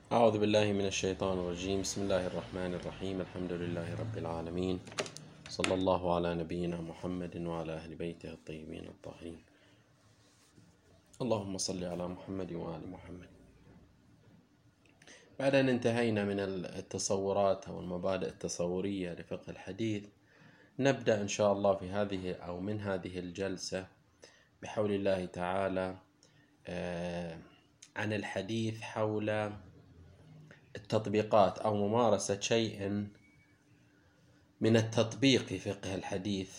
أعوذ بالله من الشيطان الرجيم. بسم الله الرحمن الرحيم. الحمد لله رب العالمين، صلى الله على نبينا محمد وعلى أهل بيته الطيبين الطاهرين. اللهم صل على محمد وآل محمد. بعد أن انتهينا من التصورات أو المبادئ التصورية لفقه الحديث، نبدأ إن شاء الله في هذه أو من هذه الجلسة بحول الله تعالى عن الحديث حول التطبيقات أو ممارسة شيء من التطبيق في فقه الحديث.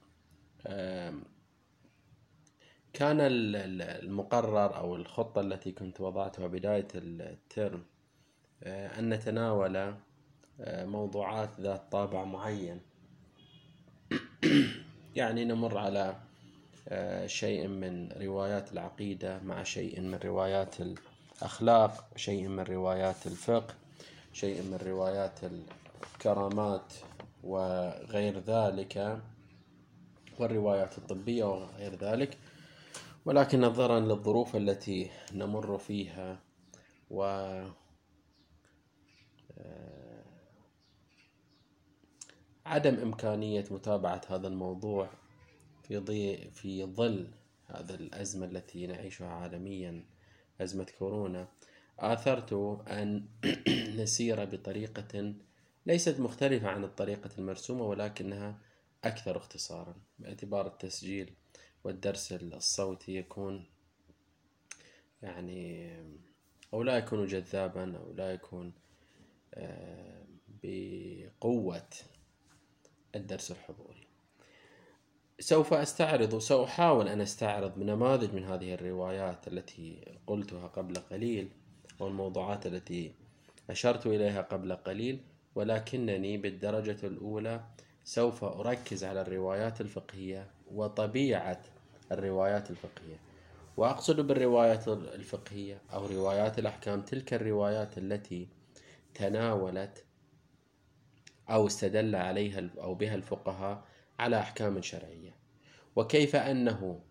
كان المقرر أو الخطة التي كنت وضعتها بداية الترم أن نتناول موضوعات ذات طابع معين، يعني نمر على شيء من روايات العقيدة مع شيء من روايات الأخلاق، شيء من روايات الفقه، شيء من روايات الكرامات وغير ذلك، والروايات الطبية وغير ذلك. ولكن نظرا للظروف التي نمر فيها وعدم إمكانية متابعة هذا الموضوع في ظل هذا الأزمة التي نعيشها عالميا، أزمة كورونا، آثرت أن نسير بطريقة ليست مختلفة عن الطريقة المرسومة، ولكنها أكثر اختصارا، باعتبار التسجيل والدرس الصوتي يكون أو لا يكون جذابا أو لا يكون بقوة الدرس الحضوري. سأحاول أن أستعرض نماذج من هذه الروايات التي قلتها قبل قليل والموضوعات التي أشرت إليها قبل قليل، ولكنني بالدرجة الأولى سوف أركز على الروايات الفقهية وطبيعة الروايات الفقهية. وأقصد بالروايات الفقهية أو روايات الأحكام تلك الروايات التي تناولت أو استدل عليها أو بها الفقهاء على أحكام شرعية، وكيف أنه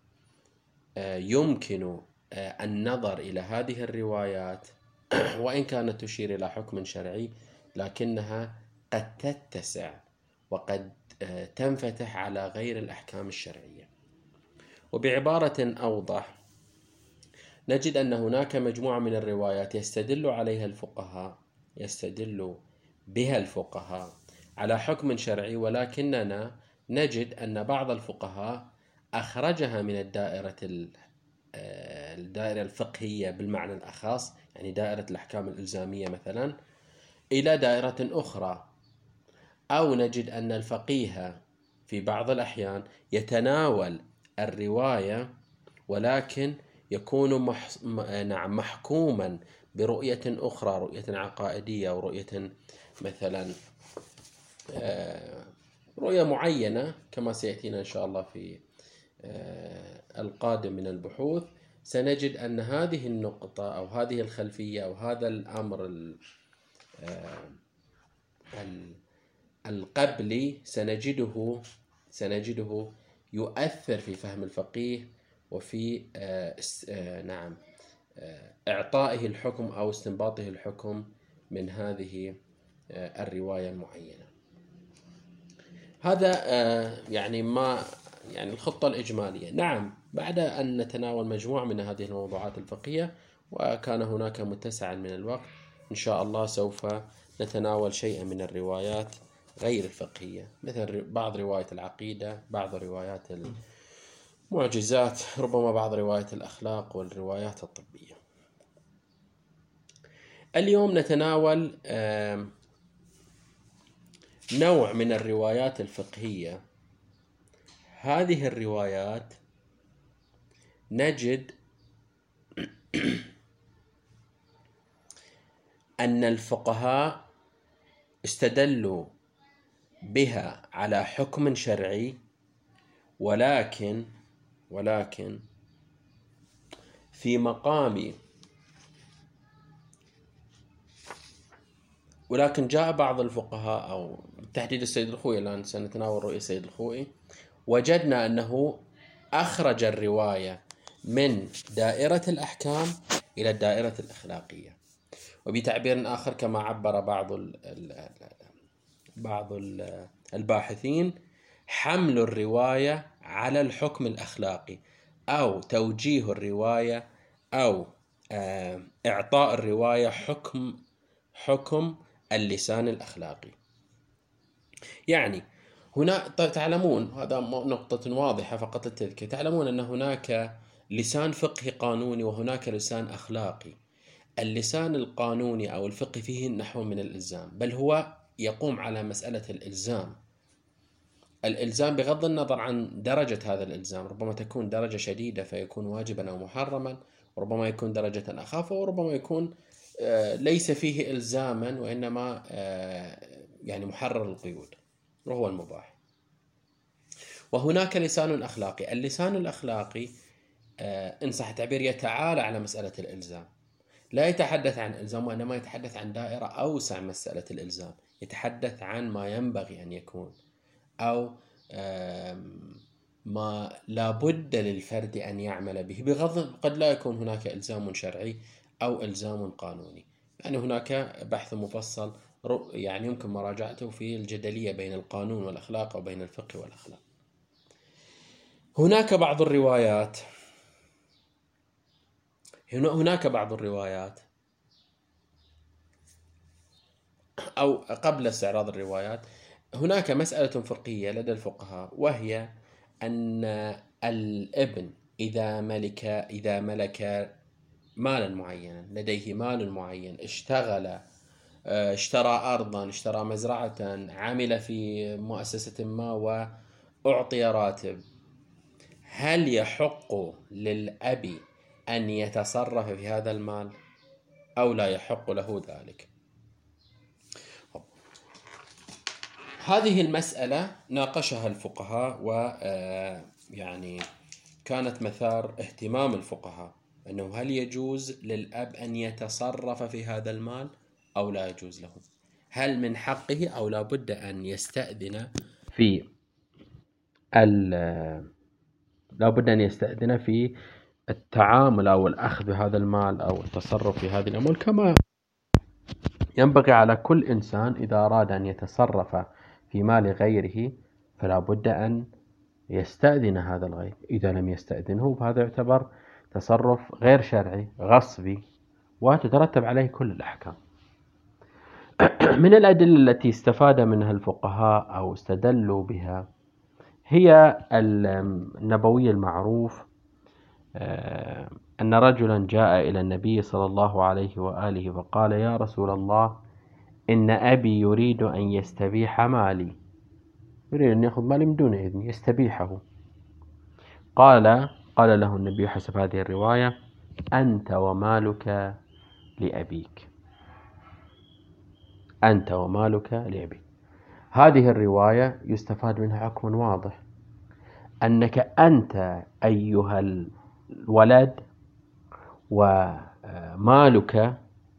يمكن النظر إلى هذه الروايات وإن كانت تشير إلى حكم شرعي، لكنها قد تتسع وقد تنفتح على غير الأحكام الشرعية. وبعبارة أوضح، نجد أن هناك مجموعة من الروايات يستدل بها الفقهاء على حكم شرعي، ولكننا نجد أن بعض الفقهاء أخرجها من الدائرة الفقهية بالمعنى الأخص، يعني دائرة الأحكام الإلزامية مثلا، إلى دائرة أخرى. أو نجد أن الفقيه في بعض الأحيان يتناول الرواية ولكن يكون محكوما برؤية أخرى، رؤية عقائدية أو رؤية مثلا رؤية معينة، كما سيأتينا إن شاء الله في القادم من البحوث. سنجد أن هذه النقطة أو هذه الخلفية أو هذا الأمر القبلي سنجده يؤثر في فهم الفقيه وفي إعطائه الحكم أو استنباطه الحكم من هذه الرواية المعينة. هذا الخطة الإجمالية. نعم، بعد أن نتناول مجموعة من هذه الموضوعات الفقهية وكان هناك متسعا من الوقت، إن شاء الله سوف نتناول شيئا من الروايات غير الفقهية، مثل بعض رواية العقيدة، بعض روايات المعجزات، ربما بعض رواية الأخلاق والروايات الطبية. اليوم نتناول نوع من الروايات الفقهية. هذه الروايات نجد أن الفقهاء استدلوا بها على حكم شرعي، ولكن في مقام ولكن جاء بعض الفقهاء أو بالتحديد السيد الخوئي، الآن سنتناول رؤية السيد الخوئي، وجدنا أنه أخرج الرواية من دائرة الأحكام إلى الدائرة الأخلاقية. وبتعبير آخر كما عبر بعض الباحثين، حمل الرواية على الحكم الأخلاقي، أو توجيه الرواية، أو إعطاء الرواية حكم اللسان الأخلاقي. يعني هنا تعلمون، هذا نقطة واضحة فقط للتذكير، تعلمون أن هناك لسان فقهي قانوني وهناك لسان أخلاقي. اللسان القانوني أو الفقهي فيه نحو من الإلزام، بل هو يقوم على مسألة الإلزام بغض النظر عن درجة هذا الإلزام. ربما تكون درجة شديدة فيكون واجبا أو محرما، وربما يكون درجة أخف، وربما يكون ليس فيه إلزاما وإنما يعني محرر القيود وهو المباح. وهناك لسان أخلاقي. اللسان الأخلاقي إن صح التعبير يتعالى على مسألة الإلزام، لا يتحدث عن إلزام وإنما يتحدث عن دائرة أوسع من مسألة الإلزام، يتحدث عن ما ينبغي أن يكون، أو ما لا بد للفرد أن يعمل به، بغض قد لا يكون هناك إلزام شرعي أو إلزام قانوني. يعني هناك بحث مفصل يعني يمكن مراجعته في الجدلية بين القانون والأخلاق أو بين الفقه والأخلاق. هناك بعض الروايات أو قبل استعراض الروايات، هناك مسألة فقهية لدى الفقهاء، وهي أن الابن إذا ملك مالا معينا، لديه مال معين، اشترى أرضا، اشترى مزرعة، عمل في مؤسسة ما وأعطي راتب، هل يحق للأب أن يتصرف في هذا المال أو لا يحق له ذلك؟ هذه المسألة ناقشها الفقهاء، ويعني كانت مثار اهتمام الفقهاء، أنه هل يجوز للأب أن يتصرف في هذا المال أو لا يجوز له؟ هل من حقه أو لا بد أن يستأذن في التعامل أو الأخذ بهذا المال أو التصرف في هذه الأموال، كما ينبغي على كل إنسان إذا أراد أن يتصرف في مال غيره فلا بد أن يستأذن هذا الغير. إذا لم يستأذنه فهذا يعتبر تصرف غير شرعي غصبي، وتترتب عليه كل الأحكام. من الأدلة التي استفاد منها الفقهاء أو استدلوا بها هي النبوي المعروف، أن رجلا جاء إلى النبي صلى الله عليه وآله فقال: يا رسول الله، إن أبي يريد أن يستبيح مالي، يريد أن يأخذ مالي من دون إذن، يستبيحه. قال له النبي حسب هذه الرواية: أنت ومالك لأبيك، أنت ومالك لأبيك. هذه الرواية يستفاد منها حكم واضح، أنك أنت أيها الولد ومالك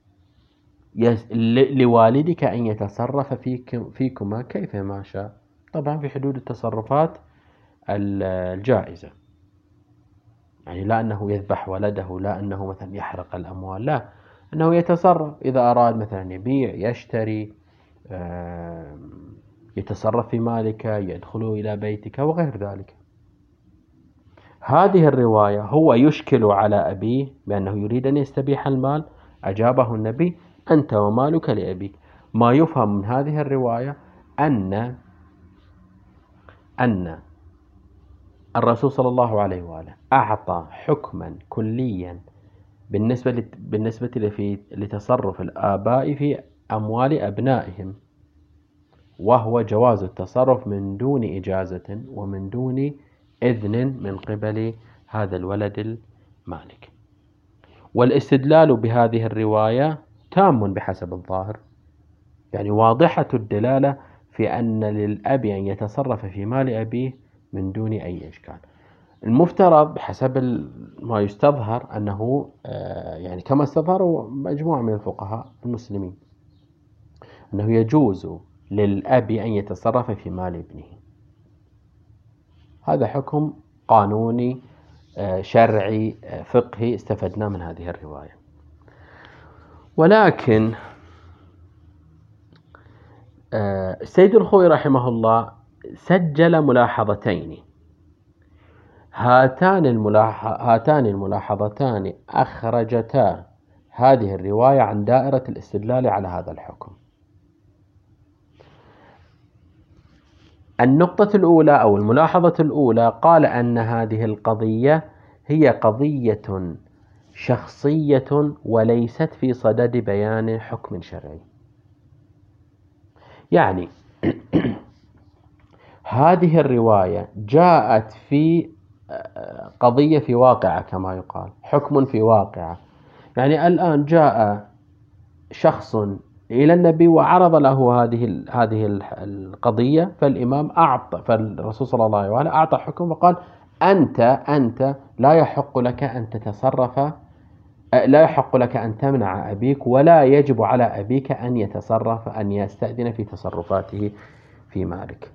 لوالدك أن يتصرف فيكما كيفما شاء، طبعا في حدود التصرفات الجائزة. يعني لا أنه يذبح ولده، لا أنه مثلا يحرق الأموال، لا، أنه يتصرف إذا أراد مثلا يبيع، يشتري، يتصرف في مالك، يدخل إلى بيتك وغير ذلك. هذه الرواية هو يشكل على أبيه بأنه يريد أن يستبيح المال، أجابه النبي: أنت ومالك لأبيك. ما يفهم من هذه الرواية أن الرسول صلى الله عليه وآله أعطى حكما كليا بالنسبة لتصرف الآباء في أموال أبنائهم، وهو جواز التصرف من دون إجازة ومن دون إذن من قبل هذا الولد المالك. والاستدلال بهذه الرواية تام بحسب الظاهر، يعني واضحة الدلالة في أن للأب أن يتصرف في مال أبيه من دون أي إشكال. المفترض بحسب ما يستظهر أنه يعني كما استظهروا مجموعة من الفقهاء المسلمين، أنه يجوز للأب أن يتصرف في مال ابنه. هذا حكم قانوني شرعي فقهي استفدنا من هذه الرواية. ولكن السيد الخوئي رحمه الله سجل ملاحظتين. هاتان الملاحظتان أخرجتا هذه الرواية عن دائرة الاستدلال على هذا الحكم. النقطة الأولى أو الملاحظة الأولى قال أن هذه القضية هي قضية شخصية وليست في صدد بيان حكم شرعي. يعني هذه الرواية جاءت في قضية في واقعة كما يقال، حكم في واقعة. يعني الآن جاء شخص إلى النبي وعرض له هذه القضية، فالرسول صلى الله عليه وسلم أعطى حكم وقال أنت لا يحق لك أن تتصرف، لا يحق لك أن تمنع أبيك، ولا يجب على أبيك أن يستأذن في تصرفاته في مالك.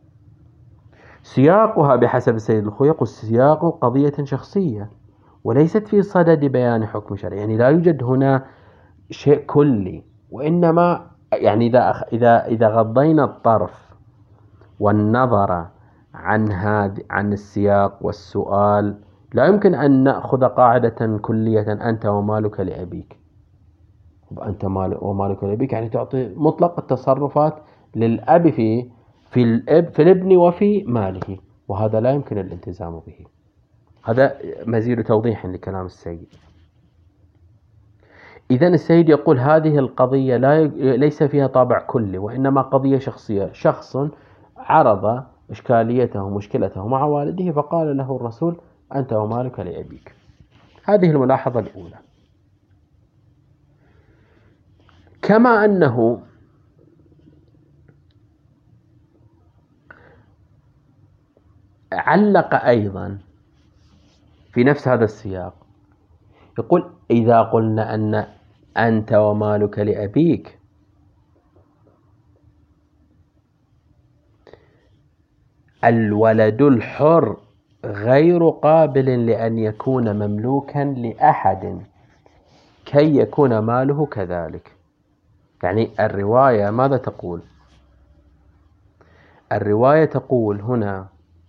سياقها بحسب السيد الخوئي يقول سياق قضية شخصية وليست في صدد بيان حكم شرعي. يعني لا يوجد هنا شيء كلي، وإنما يعني إذا غضينا الطرف والنظر عن السياق والسؤال، لا يمكن أن نأخذ قاعدة كلية أنت ومالك لأبيك. أنت ومالك لأبيك يعني تعطي مطلق التصرفات للأب في الابن وفي ماله، وهذا لا يمكن الالتزام به. هذا مزيد توضيح لكلام السيد. إذن السيد يقول هذه القضية ليس فيها طابع كلي، وإنما قضية شخصية. شخص عرض إشكاليته ومشكلته مع والده، فقال له الرسول أنت ومالك لأبيك. هذه الملاحظة الأولى. كما أنه علق أيضا في نفس هذا السياق، يقول إذا قلنا أن أنت ومالك لأبيك، الولد الحر غير قابل لأن يكون مملوكا لأحد كي يكون ماله كذلك. يعني الرواية ماذا تقول؟ الرواية تقول هنا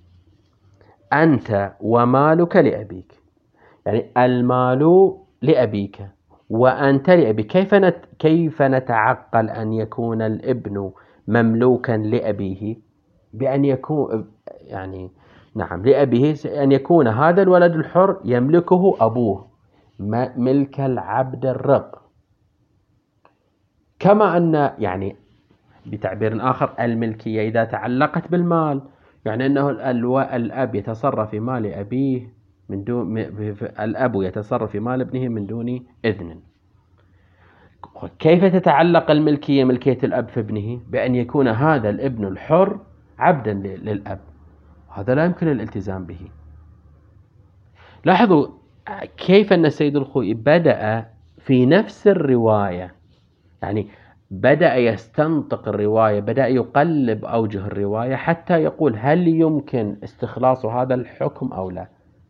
أنت ومالك لأبيك، يعني المال لأبيك وأنت لأبيك. كيف نتعقل أن يكون الابن مملوكا لأبيه؟ بأن يكون لأبيه أن يكون هذا الولد الحر يملكه أبوه ملك العبد الرق. كما أن يعني بتعبير آخر الملكية إذا تعلقت بالمال، يعني أنه الأب يتصرف في مال أبيه من دون الأب يتصرف في مال ابنه من دون إذن. كيف تتعلق الملكية ملكية الأب في ابنه؟ بأن يكون هذا الابن الحر عبدا للأب، هذا لا يمكن الالتزام به. لاحظوا كيف أن السيد الخوئي بدأ في نفس الرواية، يعني بدأ يستنطق الرواية، بدأ يقلب أوجه الرواية حتى يقول هل يمكن استخلاص هذا الحكم أو لا.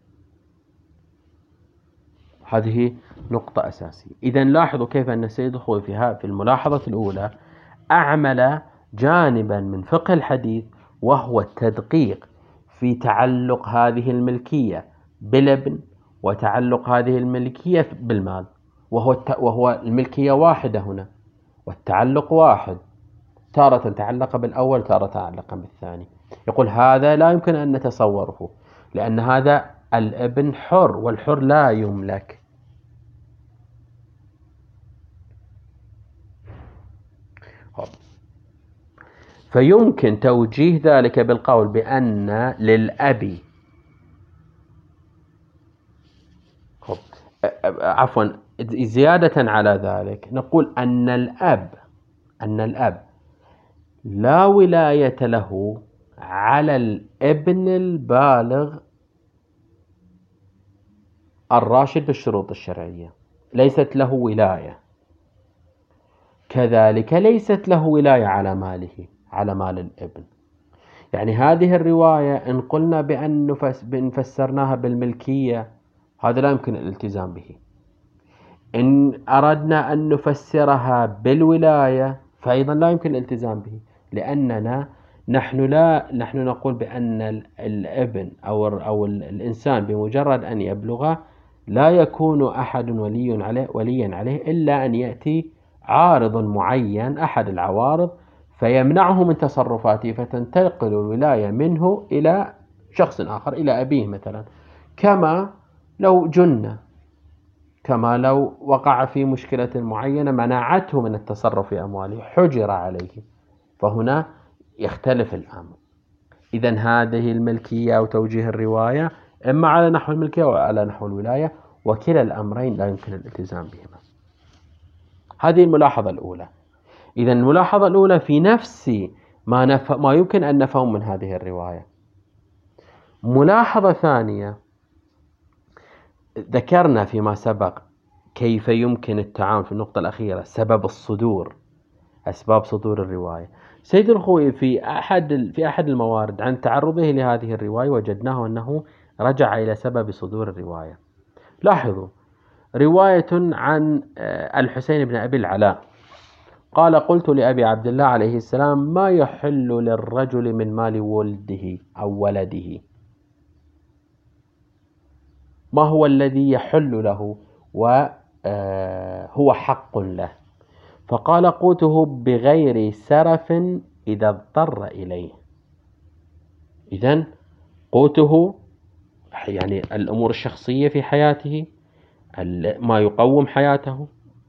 هذه نقطة أساسية. إذن لاحظوا كيف أن السيد الخوئي في الملاحظة الأولى أعمل جانبا من فقه الحديث، وهو التدقيق في تعلق هذه الملكية بالابن وتعلق هذه الملكية بالمال، وهو الملكية واحدة هنا والتعلق واحد، تارة تعلق بالأول تارة تعلق بالثاني. يقول هذا لا يمكن أن نتصوره، لأن هذا الابن حر والحر لا يملك. فيمكن توجيه ذلك بالقول بأن للأب زيادة على ذلك نقول أن الأب لا ولاية له على الابن البالغ الراشد بالشروط الشرعية، ليست له ولاية. كذلك ليست له ولاية على ماله، على مال الابن. يعني هذه الرواية إن قلنا بأن فسرناها بالملكية، هذا لا يمكن الالتزام به. إن أردنا أن نفسرها بالولاية فأيضا لا يمكن الالتزام به، لأننا نحن نقول بأن الابن أو الإنسان بمجرد أن يبلغ لا يكون أحد وليا عليه إلا أن يأتي عارض معين، أحد العوارض، فيمنعه من تصرفاته، فتنتقل الولاية منه إلى شخص آخر، إلى أبيه مثلا، كما لو جن، كما لو وقع في مشكلة معينة منعته من التصرف في أمواله، حجر عليه، فهنا يختلف الأمر. إذن هذه الملكية أو توجيه الرواية إما على نحو الملكية أو على نحو الولاية، وكلا الأمرين لا يمكن الالتزام بهما. هذه الملاحظة الأولى. إذن الملاحظة الأولى في نفس ما يمكن أن نفهم من هذه الرواية. ملاحظة ثانية، ذكرنا فيما سبق كيف يمكن التعامل في النقطة الأخيرة سبب الصدور، أسباب صدور الرواية. سيد الخوئي في أحد الموارد عن تعرضه لهذه الرواية وجدناه أنه رجع إلى سبب صدور الرواية. لاحظوا رواية عن الحسين بن أبي العلاء قال: قلت لأبي عبد الله عليه السلام: ما يحل للرجل من مال ولده أو ولده؟ ما هو الذي يحل له وهو حق له؟ فقال: قوته بغير سرف إذا اضطر إليه. إذن قوته يعني الأمور الشخصية في حياته، ما يقوم حياته،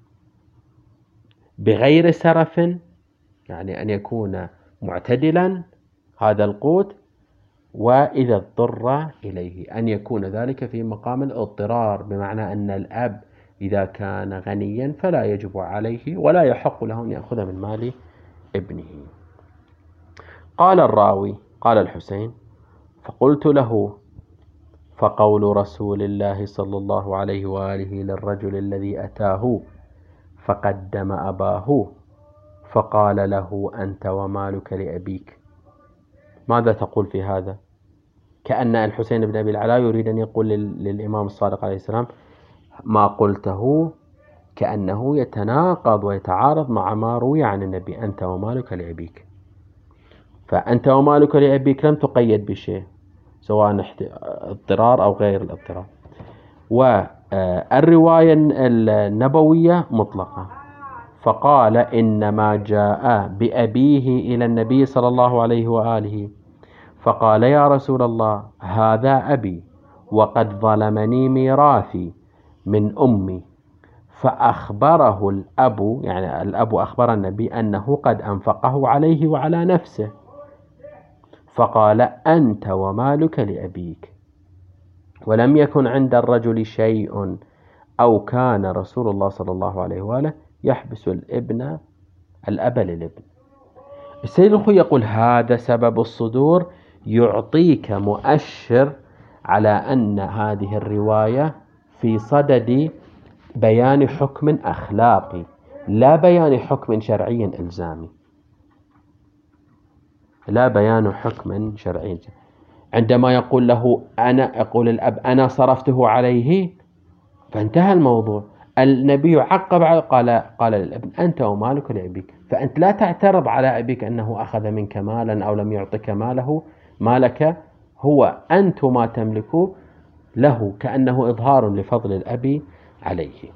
بغير سرف يعني أن يكون معتدلا هذا القوت، وإذا اضطر إليه أن يكون ذلك في مقام الاضطرار، بمعنى أن الأب إذا كان غنيا فلا يجب عليه ولا يحق له أن يأخذ من مال ابنه. قال الراوي: قال الحسين: فقلت له: فقول رسول الله صلى الله عليه وآله للرجل الذي أتاه فقدم أباه فقال له: أنت ومالك لأبيك. ماذا تقول في هذا؟ كأن الحسين بن أبي العلاء يريد أن يقول للإمام الصادق عليه السلام ما قلته كأنه يتناقض ويتعارض مع ما روي عن النبي: أنت ومالك لأبيك. فأنت ومالك لأبيك لم تقيد بشيء، سواء اضطرار أو غير الاضطرار. والرواية النبوية مطلقة، فقال: إنما جاء بأبيه إلى النبي صلى الله عليه وآله فقال: يا رسول الله، هذا أبي وقد ظلمني ميراثي من أمي. فأخبره الأب، يعني الأب أخبر النبي أنه قد أنفقه عليه وعلى نفسه، فقال: أنت ومالك لأبيك. ولم يكن عند الرجل شيء، أو كان رسول الله صلى الله عليه وآله يحبس الأب للابن. السيد الخوئي يقول هذا سبب الصدور، يعطيك مؤشر على أن هذه الرواية في صدد بيان حكم أخلاقي لا بيان حكم شرعي إلزامي، لا بيان حكم شرعي. عندما يقول له يقول الأب: أنا صرفته عليه، فانتهى الموضوع. النبي عقب قال للابن: أنت ومالك لأبيك. فأنت لا تعترض على أبيك أنه أخذ منك مالا أو لم يعطك مالك، هو أنت ما تملك له، كأنه إظهار لفضل الأب عليه.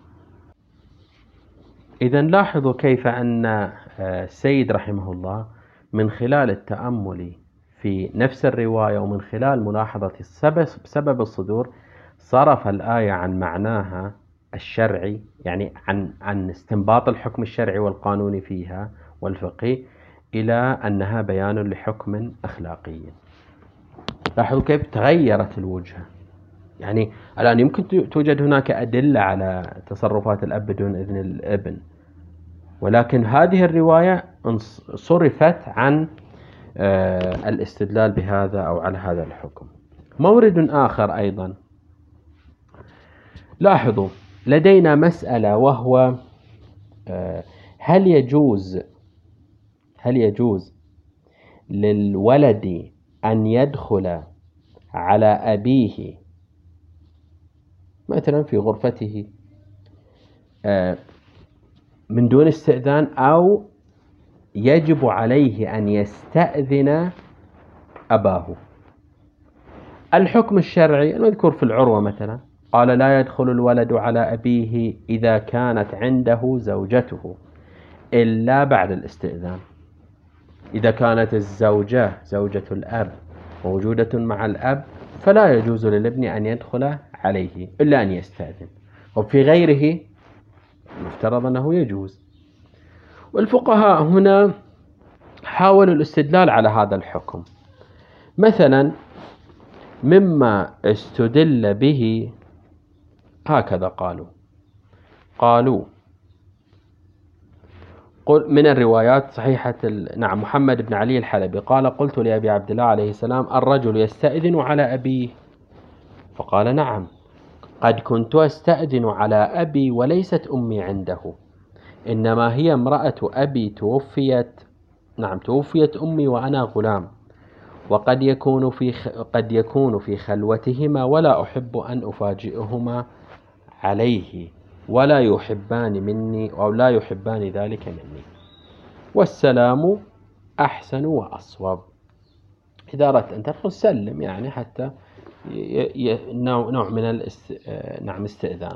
إذن لاحظوا كيف أن السيد رحمه الله من خلال التأمل في نفس الرواية ومن خلال ملاحظة سبب الصدور صرف الآية عن معناها الشرعي، يعني عن استنباط الحكم الشرعي والقانوني فيها والفقهي، إلى أنها بيان لحكم أخلاقي. لاحظوا كيف تغيرت الوجهة. يعني الآن يمكن توجد هناك أدلة على تصرفات الأب بدون إذن الابن، ولكن هذه الرواية صرفت عن الاستدلال بهذا أو على هذا الحكم. مورد آخر أيضا، لاحظوا لدينا مسألة، وهو هل يجوز للولد أن يدخل على أبيه مثلا في غرفته من دون استئذان أو يجب عليه أن يستأذن أباه. الحكم الشرعي المذكور في العروة مثلا قال لا يدخل الولد على أبيه إذا كانت عنده زوجته إلا بعد الاستئذان. إذا كانت الزوجة زوجة الأب موجودة مع الأب فلا يجوز للابن أن يدخل عليه إلا أن يستأذن، وفي غيره مفترض أنه يجوز. والفقهاء هنا حاولوا الاستدلال على هذا الحكم. مثلا مما استدل به هكذا قالوا من الروايات صحيحة نعم محمد بن علي الحلبي قال قلت لأبي عبد الله عليه السلام الرجل يستأذن على أبيه؟ فقال نعم قد كنت أستأذن على أبي وليست أمي عنده، إنما هي امرأة أبي توفيت أمي وأنا غلام، وقد يكون في خلوتهما ولا أحب أن أفاجئهما عليه ولا يحبان مني أو لا يحبان ذلك مني، والسلام أحسن وأصوب. إذا أردت أن تدخل سلم يعني حتى نوع من استئذان.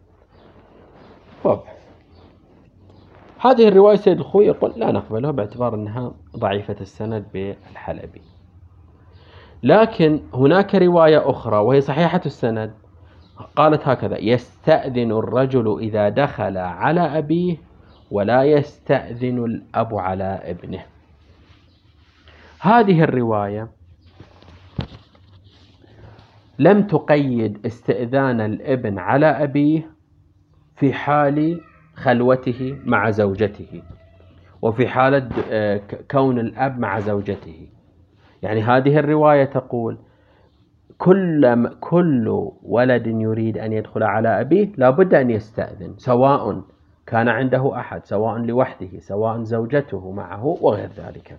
هذه الرواية سيد الخوي يقول لا نقبلها باعتبار أنها ضعيفة السند بالحلبي. لكن هناك رواية أخرى وهي صحيحة السند قالت هكذا يستأذن الرجل إذا دخل على أبيه ولا يستأذن الأب على ابنه. هذه الرواية لم تقيد استئذان الابن على أبيه في حال خلوته مع زوجته وفي حالة كون الأب مع زوجته. يعني هذه الرواية تقول كل ولد يريد أن يدخل على أبيه لا بد أن يستأذن، سواء كان عنده أحد، سواء لوحده، سواء زوجته معه وغير ذلك.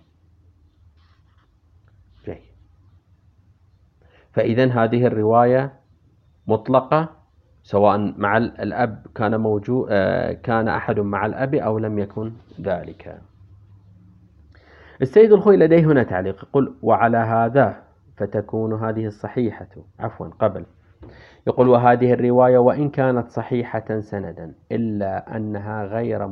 فإذن هذه الرواية مطلقة سواء مع الأب كان أحد مع الأب أو لم يكن ذلك. السيد الخوي لديه هنا تعليق يقول وعلى هذا فتكون هذه الصحيحة يقول وهذه الرواية وإن كانت صحيحة سندا إلا أنها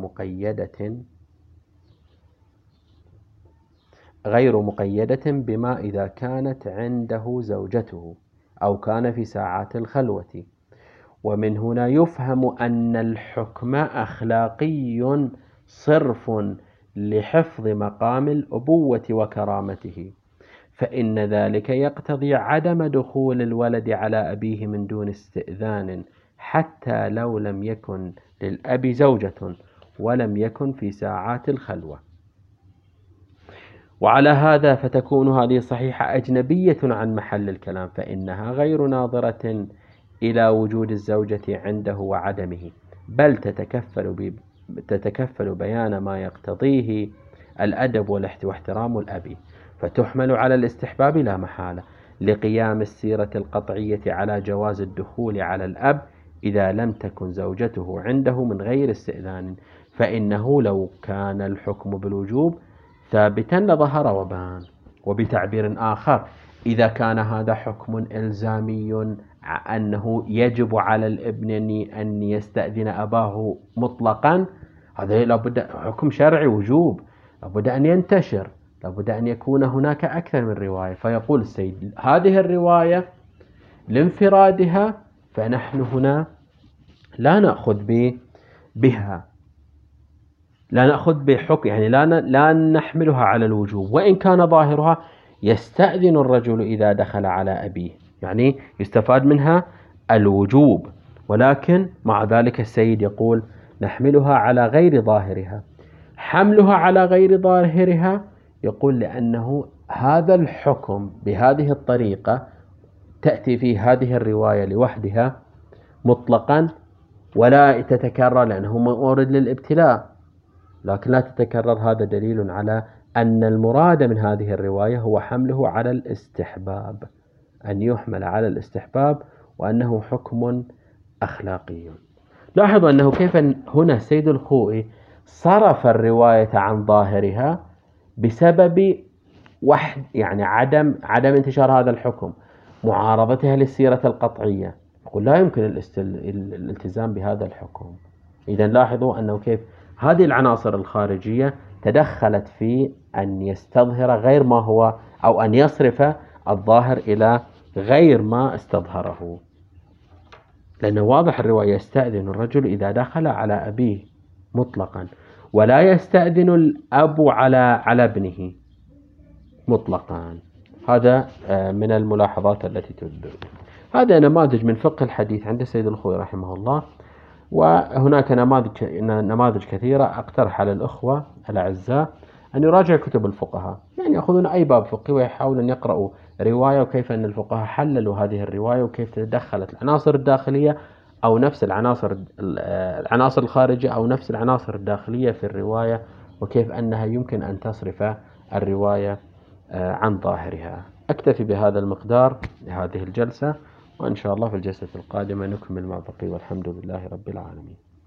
غير مقيدة بما إذا كانت عنده زوجته أو كان في ساعات الخلوة. ومن هنا يفهم أن الحكم أخلاقي صرف لحفظ مقام الأبوة وكرامته، فإن ذلك يقتضي عدم دخول الولد على أبيه من دون استئذان حتى لو لم يكن للأب زوجة ولم يكن في ساعات الخلوة. وعلى هذا فتكون هذه الصحيحة أجنبية عن محل الكلام، فإنها غير ناظرة إلى وجود الزوجة عنده وعدمه، بل تتكفل بيان ما يقتضيه الأدب واحترام الأب، فتحمل على الاستحباب لا محالة لقيام السيرة القطعية على جواز الدخول على الأب إذا لم تكن زوجته عنده من غير استئذان، فإنه لو كان الحكم بالوجوب ثابتا لظهر وبان. وبتعبير آخر إذا كان هذا حكم إلزامي أنه يجب على الابن أن يستأذن أباه مطلقا، هذا لابد حكم شرعي وجوب، لابد أن ينتشر، لابد أن يكون هناك أكثر من رواية. فيقول السيد هذه الرواية لانفرادها فنحن هنا لا نأخذ بها، لا نأخذ بحكم، يعني لا نحملها على الوجوب، وإن كان ظاهرها يستأذن الرجل إذا دخل على أبيه، يعني يستفاد منها الوجوب، ولكن مع ذلك السيد يقول نحملها على غير ظاهرها. حملها على غير ظاهرها يقول لأنه هذا الحكم بهذه الطريقة تأتي في هذه الرواية لوحدها مطلقا ولا تتكرر لأنه مورد للابتلاء، لكن لا تتكرر. هذا دليل على أن المراد من هذه الرواية هو حمله على الاستحباب، أن يحمل على الاستحباب وأنه حكم أخلاقي. لاحظوا أنه كيف هنا السيد الخوئي صرف الرواية عن ظاهرها بسبب يعني عدم انتشار هذا الحكم، معارضتها للسيرة القطعية. يقول لا يمكن الالتزام بهذا الحكم. إذا لاحظوا أنه كيف هذه العناصر الخارجية تدخلت في أن يستظهر غير ما هو، أو أن يصرف الظاهر إلى غير ما استظهره. لأنه واضح الرواية يستأذن الرجل إذا دخل على أبيه مطلقا، ولا يستأذن الأب على ابنه مطلقا. هذا من الملاحظات التي تدل. هذا نماذج من فقه الحديث عند السيد الخوئي رحمه الله. وهناك نماذج كثيرة. أقترح على الأخوة الأعزاء أن يراجعوا كتب الفقهاء، يعني يأخذون أي باب فقهي ويحاولون أن يقرأوا رواية وكيف أن الفقهاء حللوا هذه الرواية، وكيف تدخلت العناصر الداخلية أو نفس العناصر الخارجية أو نفس العناصر الداخلية في الرواية، وكيف أنها يمكن أن تصرف الرواية عن ظاهرها. أكتفي بهذا المقدار لهذه الجلسة، وإن شاء الله في الجلسة القادمة نكمل ما بقي، والحمد لله رب العالمين.